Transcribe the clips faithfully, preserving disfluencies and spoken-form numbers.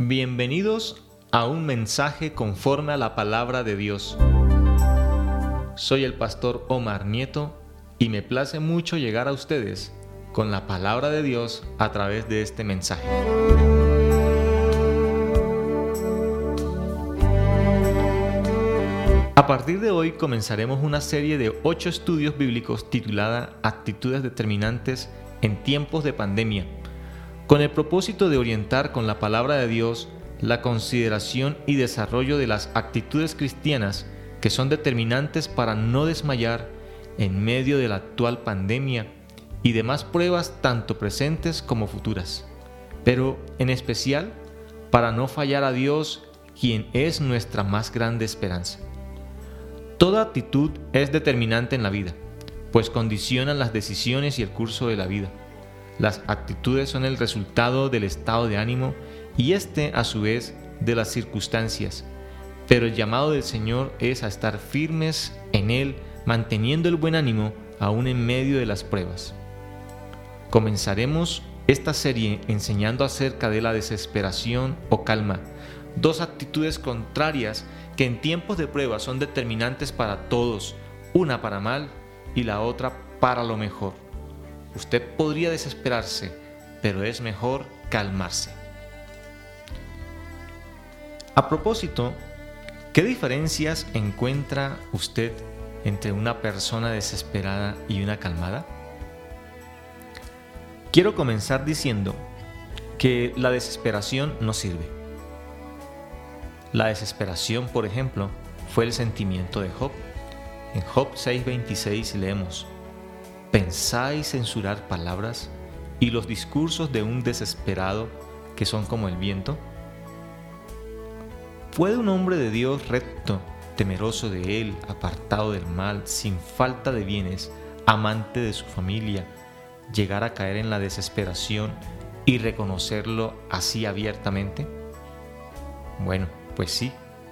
Bienvenidos a un mensaje conforme a la palabra de Dios. Soy el pastor Omar Nieto y me place mucho llegar a ustedes con la palabra de Dios a través de este mensaje. A partir de hoy comenzaremos una serie de ocho estudios bíblicos titulada Actitudes determinantes en tiempos de pandemia, con el propósito de orientar con la palabra de Dios la consideración y desarrollo de las actitudes cristianas que son determinantes para no desmayar en medio de la actual pandemia y demás pruebas tanto presentes como futuras, pero en especial para no fallar a Dios, quien es nuestra más grande esperanza. Toda actitud es determinante en la vida, pues condicionan las decisiones y el curso de la vida. Las actitudes son el resultado del estado de ánimo y este, a su vez, de las circunstancias. Pero el llamado del Señor es a estar firmes en Él, manteniendo el buen ánimo aún en medio de las pruebas. Comenzaremos esta serie enseñando acerca de la desesperación o calma, dos actitudes contrarias que en tiempos de prueba son determinantes para todos, una para mal y la otra para lo mejor. Usted podría desesperarse, pero es mejor calmarse. A propósito, ¿qué diferencias encuentra usted entre una persona desesperada y una calmada? Quiero comenzar diciendo que la desesperación no sirve. La desesperación, por ejemplo, fue el sentimiento de Job. En Job seis veintiséis leemos: ¿pensáis censurar palabras y los discursos de un desesperado que son como el viento? ¿Puede un hombre de Dios recto, temeroso de Él, apartado del mal, sin falta de bienes, amante de su familia, llegar a caer en la desesperación y reconocerlo así abiertamente? Bueno, pues sí.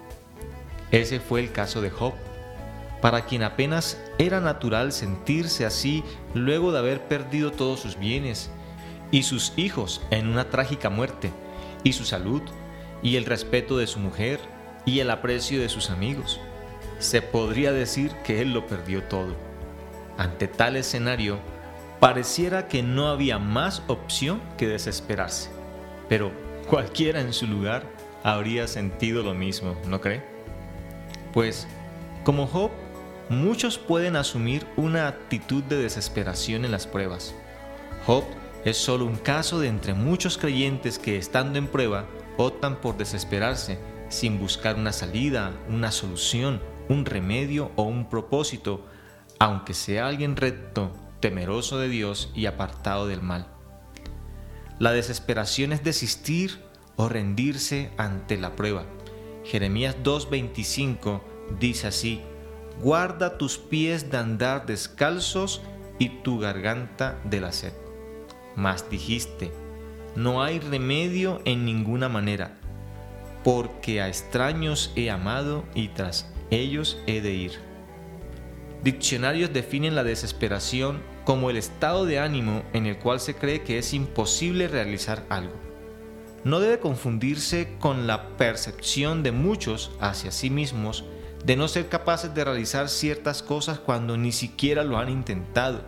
Ese fue el caso de Job, para quien apenas era natural sentirse así luego de haber perdido todos sus bienes y sus hijos en una trágica muerte, y su salud, y el respeto de su mujer, y el aprecio de sus amigos. Se podría decir que él lo perdió todo. Ante tal escenario, pareciera que no había más opción que desesperarse, pero cualquiera en su lugar habría sentido lo mismo, ¿no cree? Pues, como Job, muchos pueden asumir una actitud de desesperación en las pruebas. Job es solo un caso de entre muchos creyentes que, estando en prueba, optan por desesperarse sin buscar una salida, una solución, un remedio o un propósito, aunque sea alguien recto, temeroso de Dios y apartado del mal. La desesperación es desistir o rendirse ante la prueba. Jeremías dos veinticinco dice así: guarda tus pies de andar descalzos y tu garganta de la sed. Mas dijiste: no hay remedio en ninguna manera, porque a extraños he amado y tras ellos he de ir. Diccionarios definen la desesperación como el estado de ánimo en el cual se cree que es imposible realizar algo. No debe confundirse con la percepción de muchos hacia sí mismos de no ser capaces de realizar ciertas cosas cuando ni siquiera lo han intentado.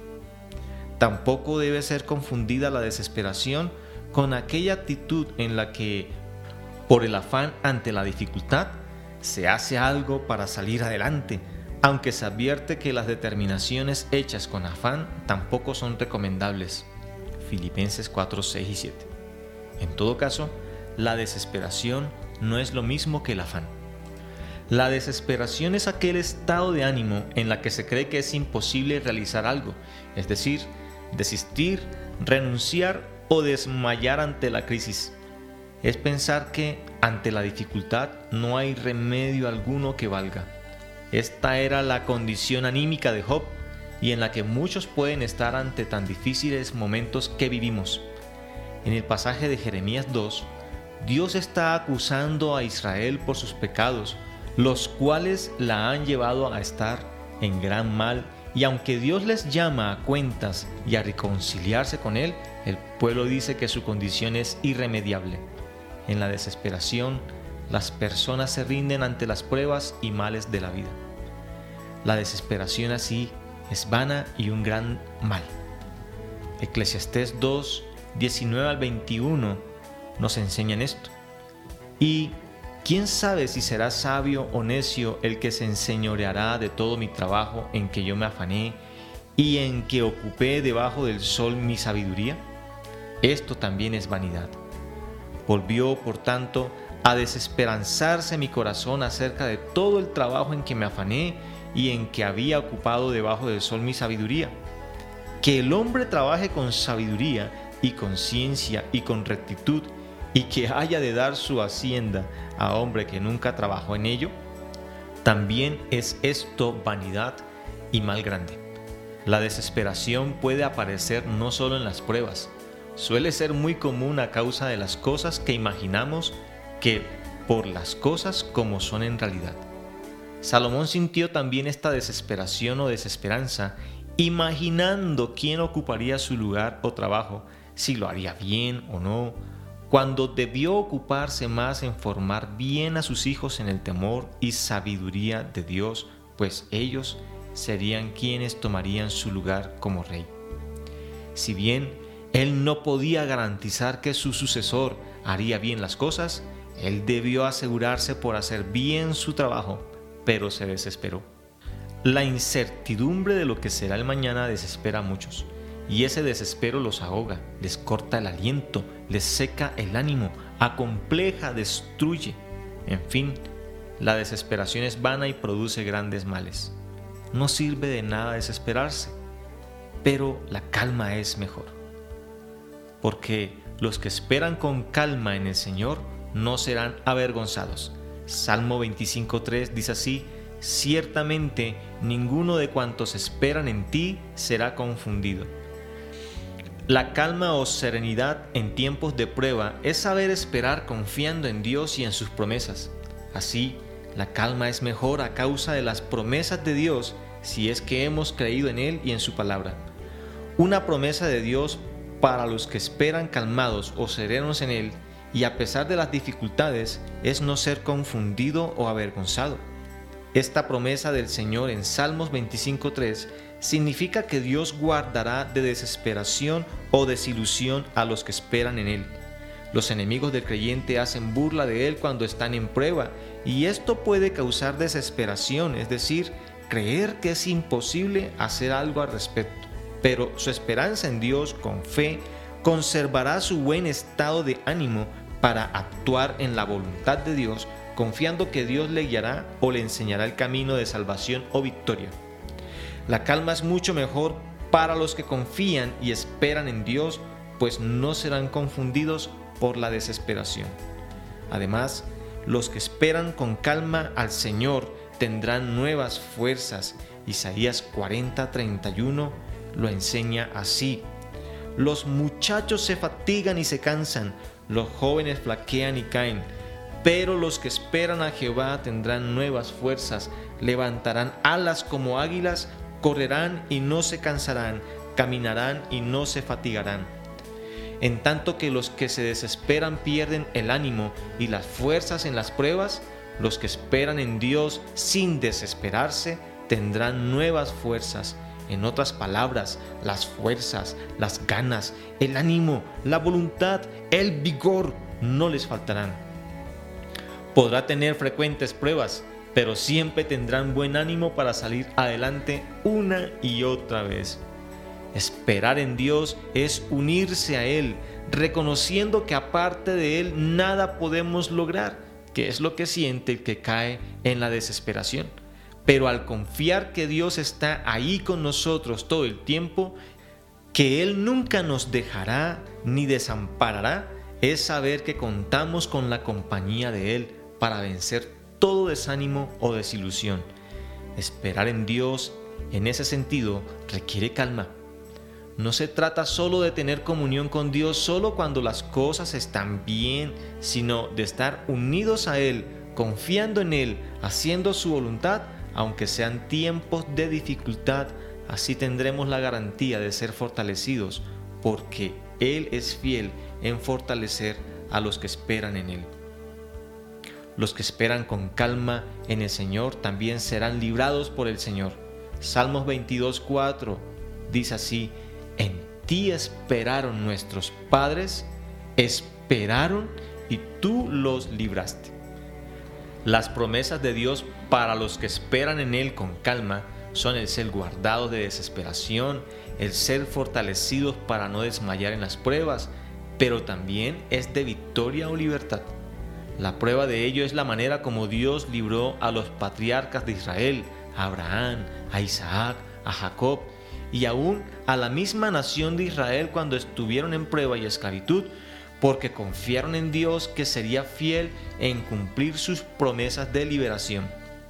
Tampoco debe ser confundida la desesperación con aquella actitud en la que, por el afán ante la dificultad, se hace algo para salir adelante, aunque se advierte que las determinaciones hechas con afán tampoco son recomendables. Filipenses cuatro, seis y siete. En todo caso, la desesperación no es lo mismo que el afán. La desesperación es aquel estado de ánimo en la que se cree que es imposible realizar algo, es decir, desistir, renunciar o desmayar ante la crisis. Es pensar que ante la dificultad no hay remedio alguno que valga. Esta era la condición anímica de Job y en la que muchos pueden estar ante tan difíciles momentos que vivimos. En el pasaje de Jeremías dos, Dios está acusando a Israel por sus pecados, los cuales la han llevado a estar en gran mal, y aunque Dios les llama a cuentas y a reconciliarse con Él, el pueblo dice que su condición es irremediable. En la desesperación, las personas se rinden ante las pruebas y males de la vida. La desesperación así es vana y un gran mal. Eclesiastés dos, diecinueve al veintiuno nos enseñan esto. Y ¿quién sabe si será sabio o necio el que se enseñoreará de todo mi trabajo en que yo me afané y en que ocupé debajo del sol mi sabiduría? Esto también es vanidad. Volvió, por tanto, a desesperanzarse mi corazón acerca de todo el trabajo en que me afané y en que había ocupado debajo del sol mi sabiduría. Que el hombre trabaje con sabiduría y con ciencia y con rectitud, y que haya de dar su hacienda a hombre que nunca trabajó en ello, también es esto vanidad y mal grande. La desesperación puede aparecer no solo en las pruebas, suele ser muy común a causa de las cosas que imaginamos que por las cosas como son en realidad. Salomón sintió también esta desesperación o desesperanza, imaginando quién ocuparía su lugar o trabajo, si lo haría bien o no, cuando debió ocuparse más en formar bien a sus hijos en el temor y sabiduría de Dios, pues ellos serían quienes tomarían su lugar como rey. Si bien él no podía garantizar que su sucesor haría bien las cosas, él debió asegurarse por hacer bien su trabajo, pero se desesperó. La incertidumbre de lo que será el mañana desespera a muchos, y ese desespero los ahoga, les corta el aliento, les seca el ánimo, acompleja, destruye. En fin, la desesperación es vana y produce grandes males. No sirve de nada desesperarse, pero la calma es mejor. Porque los que esperan con calma en el Señor no serán avergonzados. Salmo veinticinco tres dice así: ciertamente ninguno de cuantos esperan en ti será confundido. La calma o serenidad en tiempos de prueba es saber esperar confiando en Dios y en sus promesas. Así, la calma es mejor a causa de las promesas de Dios si es que hemos creído en Él y en su palabra. Una promesa de Dios para los que esperan calmados o serenos en Él, y a pesar de las dificultades, es no ser confundido o avergonzado. Esta promesa del Señor en Salmos veinticinco tres significa que Dios guardará de desesperación o desilusión a los que esperan en Él. Los enemigos del creyente hacen burla de Él cuando están en prueba, y esto puede causar desesperación, es decir, creer que es imposible hacer algo al respecto. Pero su esperanza en Dios con fe conservará su buen estado de ánimo para actuar en la voluntad de Dios, confiando que Dios le guiará o le enseñará el camino de salvación o victoria. La calma es mucho mejor para los que confían y esperan en Dios, pues no serán confundidos por la desesperación. Además, los que esperan con calma al Señor tendrán nuevas fuerzas. Isaías cuarenta treinta y uno lo enseña así: los muchachos se fatigan y se cansan, los jóvenes flaquean y caen, pero los que esperan a Jehová tendrán nuevas fuerzas, levantarán alas como águilas, correrán y no se cansarán, caminarán y no se fatigarán. En tanto que los que se desesperan pierden el ánimo y las fuerzas en las pruebas, los que esperan en Dios sin desesperarse tendrán nuevas fuerzas. En otras palabras, las fuerzas, las ganas, el ánimo, la voluntad, el vigor no les faltarán. Podrá tener frecuentes pruebas, pero siempre tendrán buen ánimo para salir adelante una y otra vez. Esperar en Dios es unirse a Él, reconociendo que aparte de Él nada podemos lograr, que es lo que siente el que cae en la desesperación. Pero al confiar que Dios está ahí con nosotros todo el tiempo, que Él nunca nos dejará ni desamparará, es saber que contamos con la compañía de Él para vencer todo desánimo o desilusión. Esperar en Dios, en ese sentido, requiere calma. No se trata solo de tener comunión con Dios solo cuando las cosas están bien, sino de estar unidos a Él, confiando en Él, haciendo su voluntad, aunque sean tiempos de dificultad. Así tendremos la garantía de ser fortalecidos, porque Él es fiel en fortalecer a los que esperan en Él. Los que esperan con calma en el Señor también serán librados por el Señor. Salmos veintidós, cuatro dice así: en ti esperaron nuestros padres, esperaron y tú los libraste. Las promesas de Dios para los que esperan en Él con calma son el ser guardados de desesperación, el ser fortalecidos para no desmayar en las pruebas, pero también es de victoria o libertad. La prueba de ello es la manera como Dios libró a los patriarcas de Israel, a Abraham, a Isaac, a Jacob y aún a la misma nación de Israel cuando estuvieron en prueba y esclavitud, porque confiaron en Dios que sería fiel en cumplir sus promesas de liberación.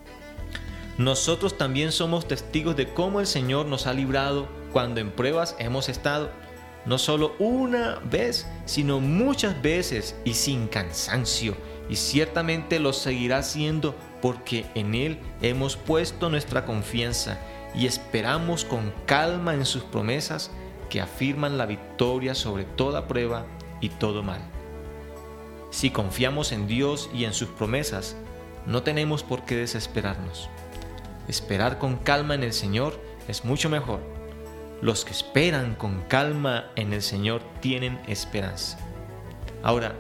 Nosotros también somos testigos de cómo el Señor nos ha librado cuando en pruebas hemos estado, no solo una vez, sino muchas veces y sin cansancio, y ciertamente lo seguirá haciendo porque en Él hemos puesto nuestra confianza y esperamos con calma en sus promesas que afirman la victoria sobre toda prueba y todo mal. Si confiamos en Dios y en sus promesas, no tenemos por qué desesperarnos. Esperar con calma en el Señor es mucho mejor. Los que esperan con calma en el Señor tienen esperanza. Ahora,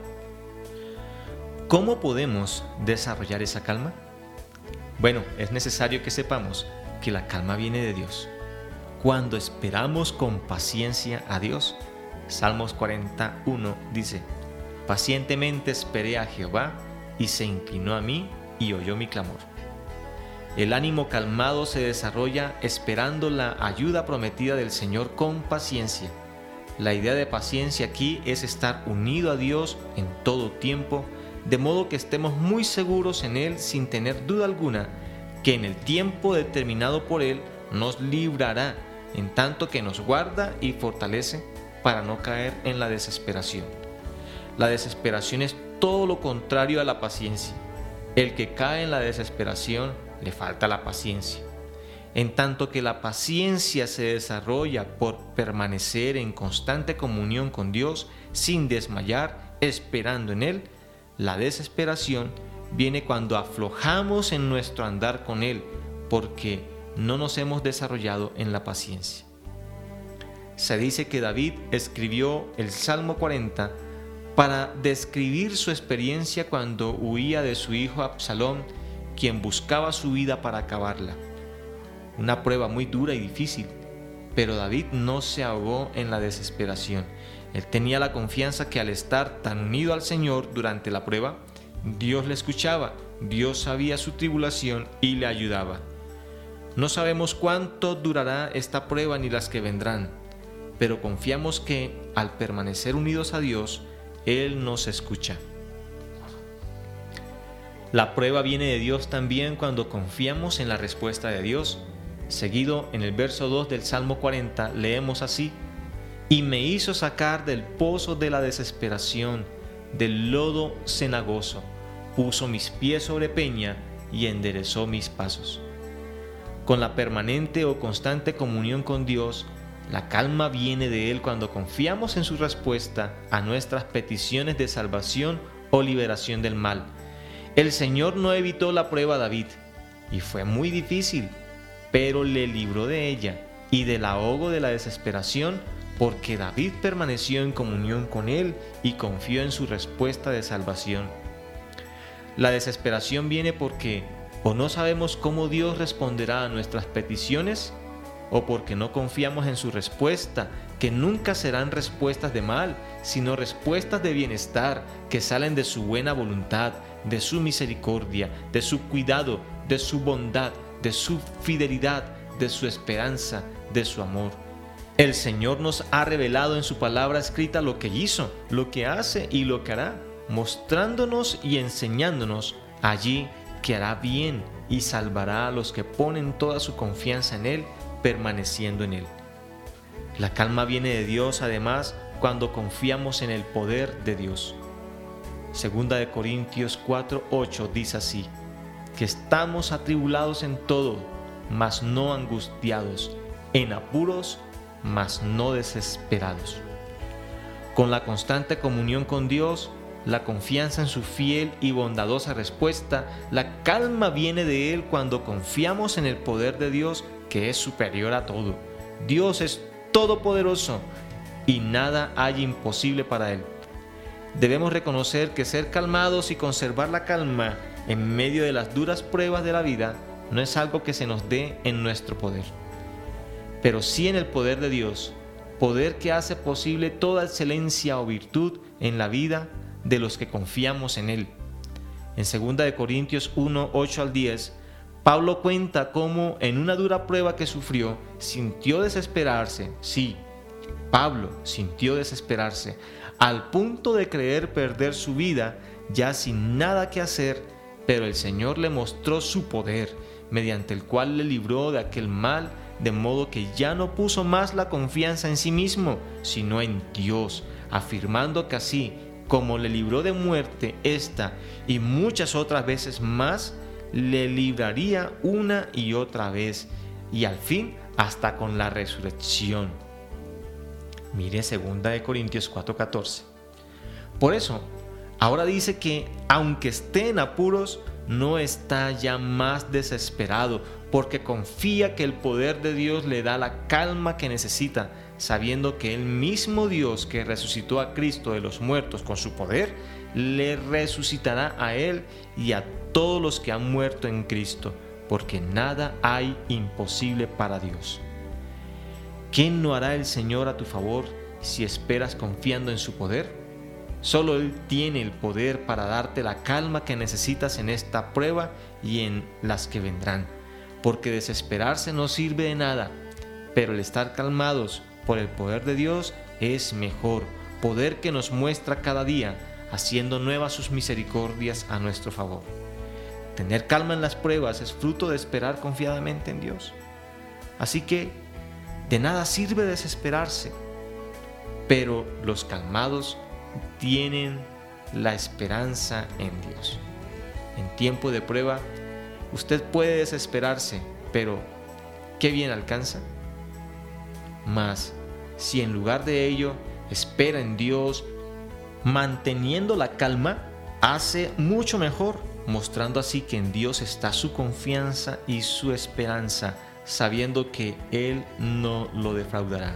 ¿cómo podemos desarrollar esa calma? Bueno, es necesario que sepamos que la calma viene de Dios. Cuando esperamos con paciencia a Dios, Salmos cuarenta, uno dice: pacientemente esperé a Jehová y se inclinó a mí y oyó mi clamor. El ánimo calmado se desarrolla esperando la ayuda prometida del Señor con paciencia. La idea de paciencia aquí es estar unido a Dios en todo tiempo, de modo que estemos muy seguros en Él sin tener duda alguna que en el tiempo determinado por Él nos librará, en tanto que nos guarda y fortalece para no caer en la desesperación. La desesperación es todo lo contrario a la paciencia. El que cae en la desesperación le falta la paciencia. En tanto que la paciencia se desarrolla por permanecer en constante comunión con Dios sin desmayar, esperando en Él, la desesperación viene cuando aflojamos en nuestro andar con Él, porque no nos hemos desarrollado en la paciencia. Se dice que David escribió el Salmo cuarenta para describir su experiencia cuando huía de su hijo Absalón, quien buscaba su vida para acabarla. Una prueba muy dura y difícil, pero David no se ahogó en la desesperación. Él tenía la confianza que al estar tan unido al Señor durante la prueba, Dios le escuchaba, Dios sabía su tribulación y le ayudaba. No sabemos cuánto durará esta prueba ni las que vendrán, pero confiamos que al permanecer unidos a Dios, Él nos escucha. La prueba viene de Dios también cuando confiamos en la respuesta de Dios. Seguido en el verso dos del Salmo cuarenta leemos así: y me hizo sacar del pozo de la desesperación, del lodo cenagoso, puso mis pies sobre peña y enderezó mis pasos. Con la permanente o constante comunión con Dios, la calma viene de Él cuando confiamos en su respuesta a nuestras peticiones de salvación o liberación del mal. El Señor no evitó la prueba a David, y fue muy difícil, pero le libró de ella y del ahogo de la desesperación, porque David permaneció en comunión con Él y confió en su respuesta de salvación. La desesperación viene porque o no sabemos cómo Dios responderá a nuestras peticiones, o porque no confiamos en su respuesta, que nunca serán respuestas de mal, sino respuestas de bienestar que salen de su buena voluntad, de su misericordia, de su cuidado, de su bondad, de su fidelidad, de su esperanza, de su amor. El Señor nos ha revelado en su palabra escrita lo que hizo, lo que hace y lo que hará, mostrándonos y enseñándonos allí que hará bien y salvará a los que ponen toda su confianza en Él, permaneciendo en Él. La calma viene de Dios, además, cuando confiamos en el poder de Dios. Segunda de Corintios cuatro, ocho dice así: que estamos atribulados en todo, mas no angustiados, en apuros, mas no desesperados. Con la constante comunión con Dios, la confianza en su fiel y bondadosa respuesta. La calma viene de Él cuando confiamos en el poder de Dios, que es superior a todo. Dios es todopoderoso y nada hay imposible para Él. Debemos reconocer que ser calmados y conservar la calma en medio de las duras pruebas de la vida no es algo que se nos dé en nuestro poder, pero sí en el poder de Dios, poder que hace posible toda excelencia o virtud en la vida de los que confiamos en Él. En segunda de Corintios uno, ocho al diez, Pablo cuenta cómo en una dura prueba que sufrió, sintió desesperarse. Sí, Pablo sintió desesperarse, al punto de creer perder su vida, ya sin nada que hacer, pero el Señor le mostró su poder, mediante el cual le libró de aquel mal, de modo que ya no puso más la confianza en sí mismo, sino en Dios, afirmando que así como le libró de muerte esta y muchas otras veces más, le libraría una y otra vez, y al fin hasta con la resurrección. Mire segunda de Corintios cuatro catorce. Por eso, ahora dice que aunque esté en apuros, no está ya más desesperado, porque confía que el poder de Dios le da la calma que necesita, sabiendo que el mismo Dios que resucitó a Cristo de los muertos con su poder, le resucitará a él y a todos los que han muerto en Cristo, porque nada hay imposible para Dios. ¿Qué no hará el Señor a tu favor si esperas confiando en su poder? Solo Él tiene el poder para darte la calma que necesitas en esta prueba y en las que vendrán, porque desesperarse no sirve de nada, pero el estar calmados por el poder de Dios es mejor, poder que nos muestra cada día, haciendo nuevas sus misericordias a nuestro favor. Tener calma en las pruebas es fruto de esperar confiadamente en Dios. Así que de nada sirve desesperarse, pero los calmados tienen la esperanza en Dios. En tiempo de prueba, usted puede desesperarse, pero ¿qué bien alcanza? Mas, si en lugar de ello espera en Dios, manteniendo la calma, hace mucho mejor, mostrando así que en Dios está su confianza y su esperanza, sabiendo que Él no lo defraudará.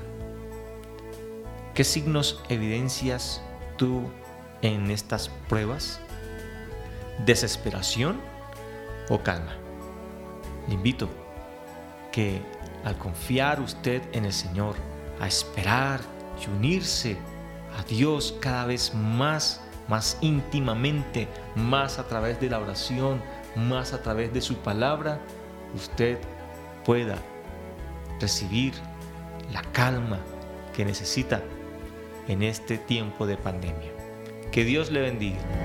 ¿Qué signos evidencias tú en estas pruebas? ¿Desesperación o calma? Le invito que al confiar usted en el Señor, a esperar y unirse a Dios cada vez más, más íntimamente, más a través de la oración, más a través de su palabra, usted pueda recibir la calma que necesita en este tiempo de pandemia. Que Dios le bendiga.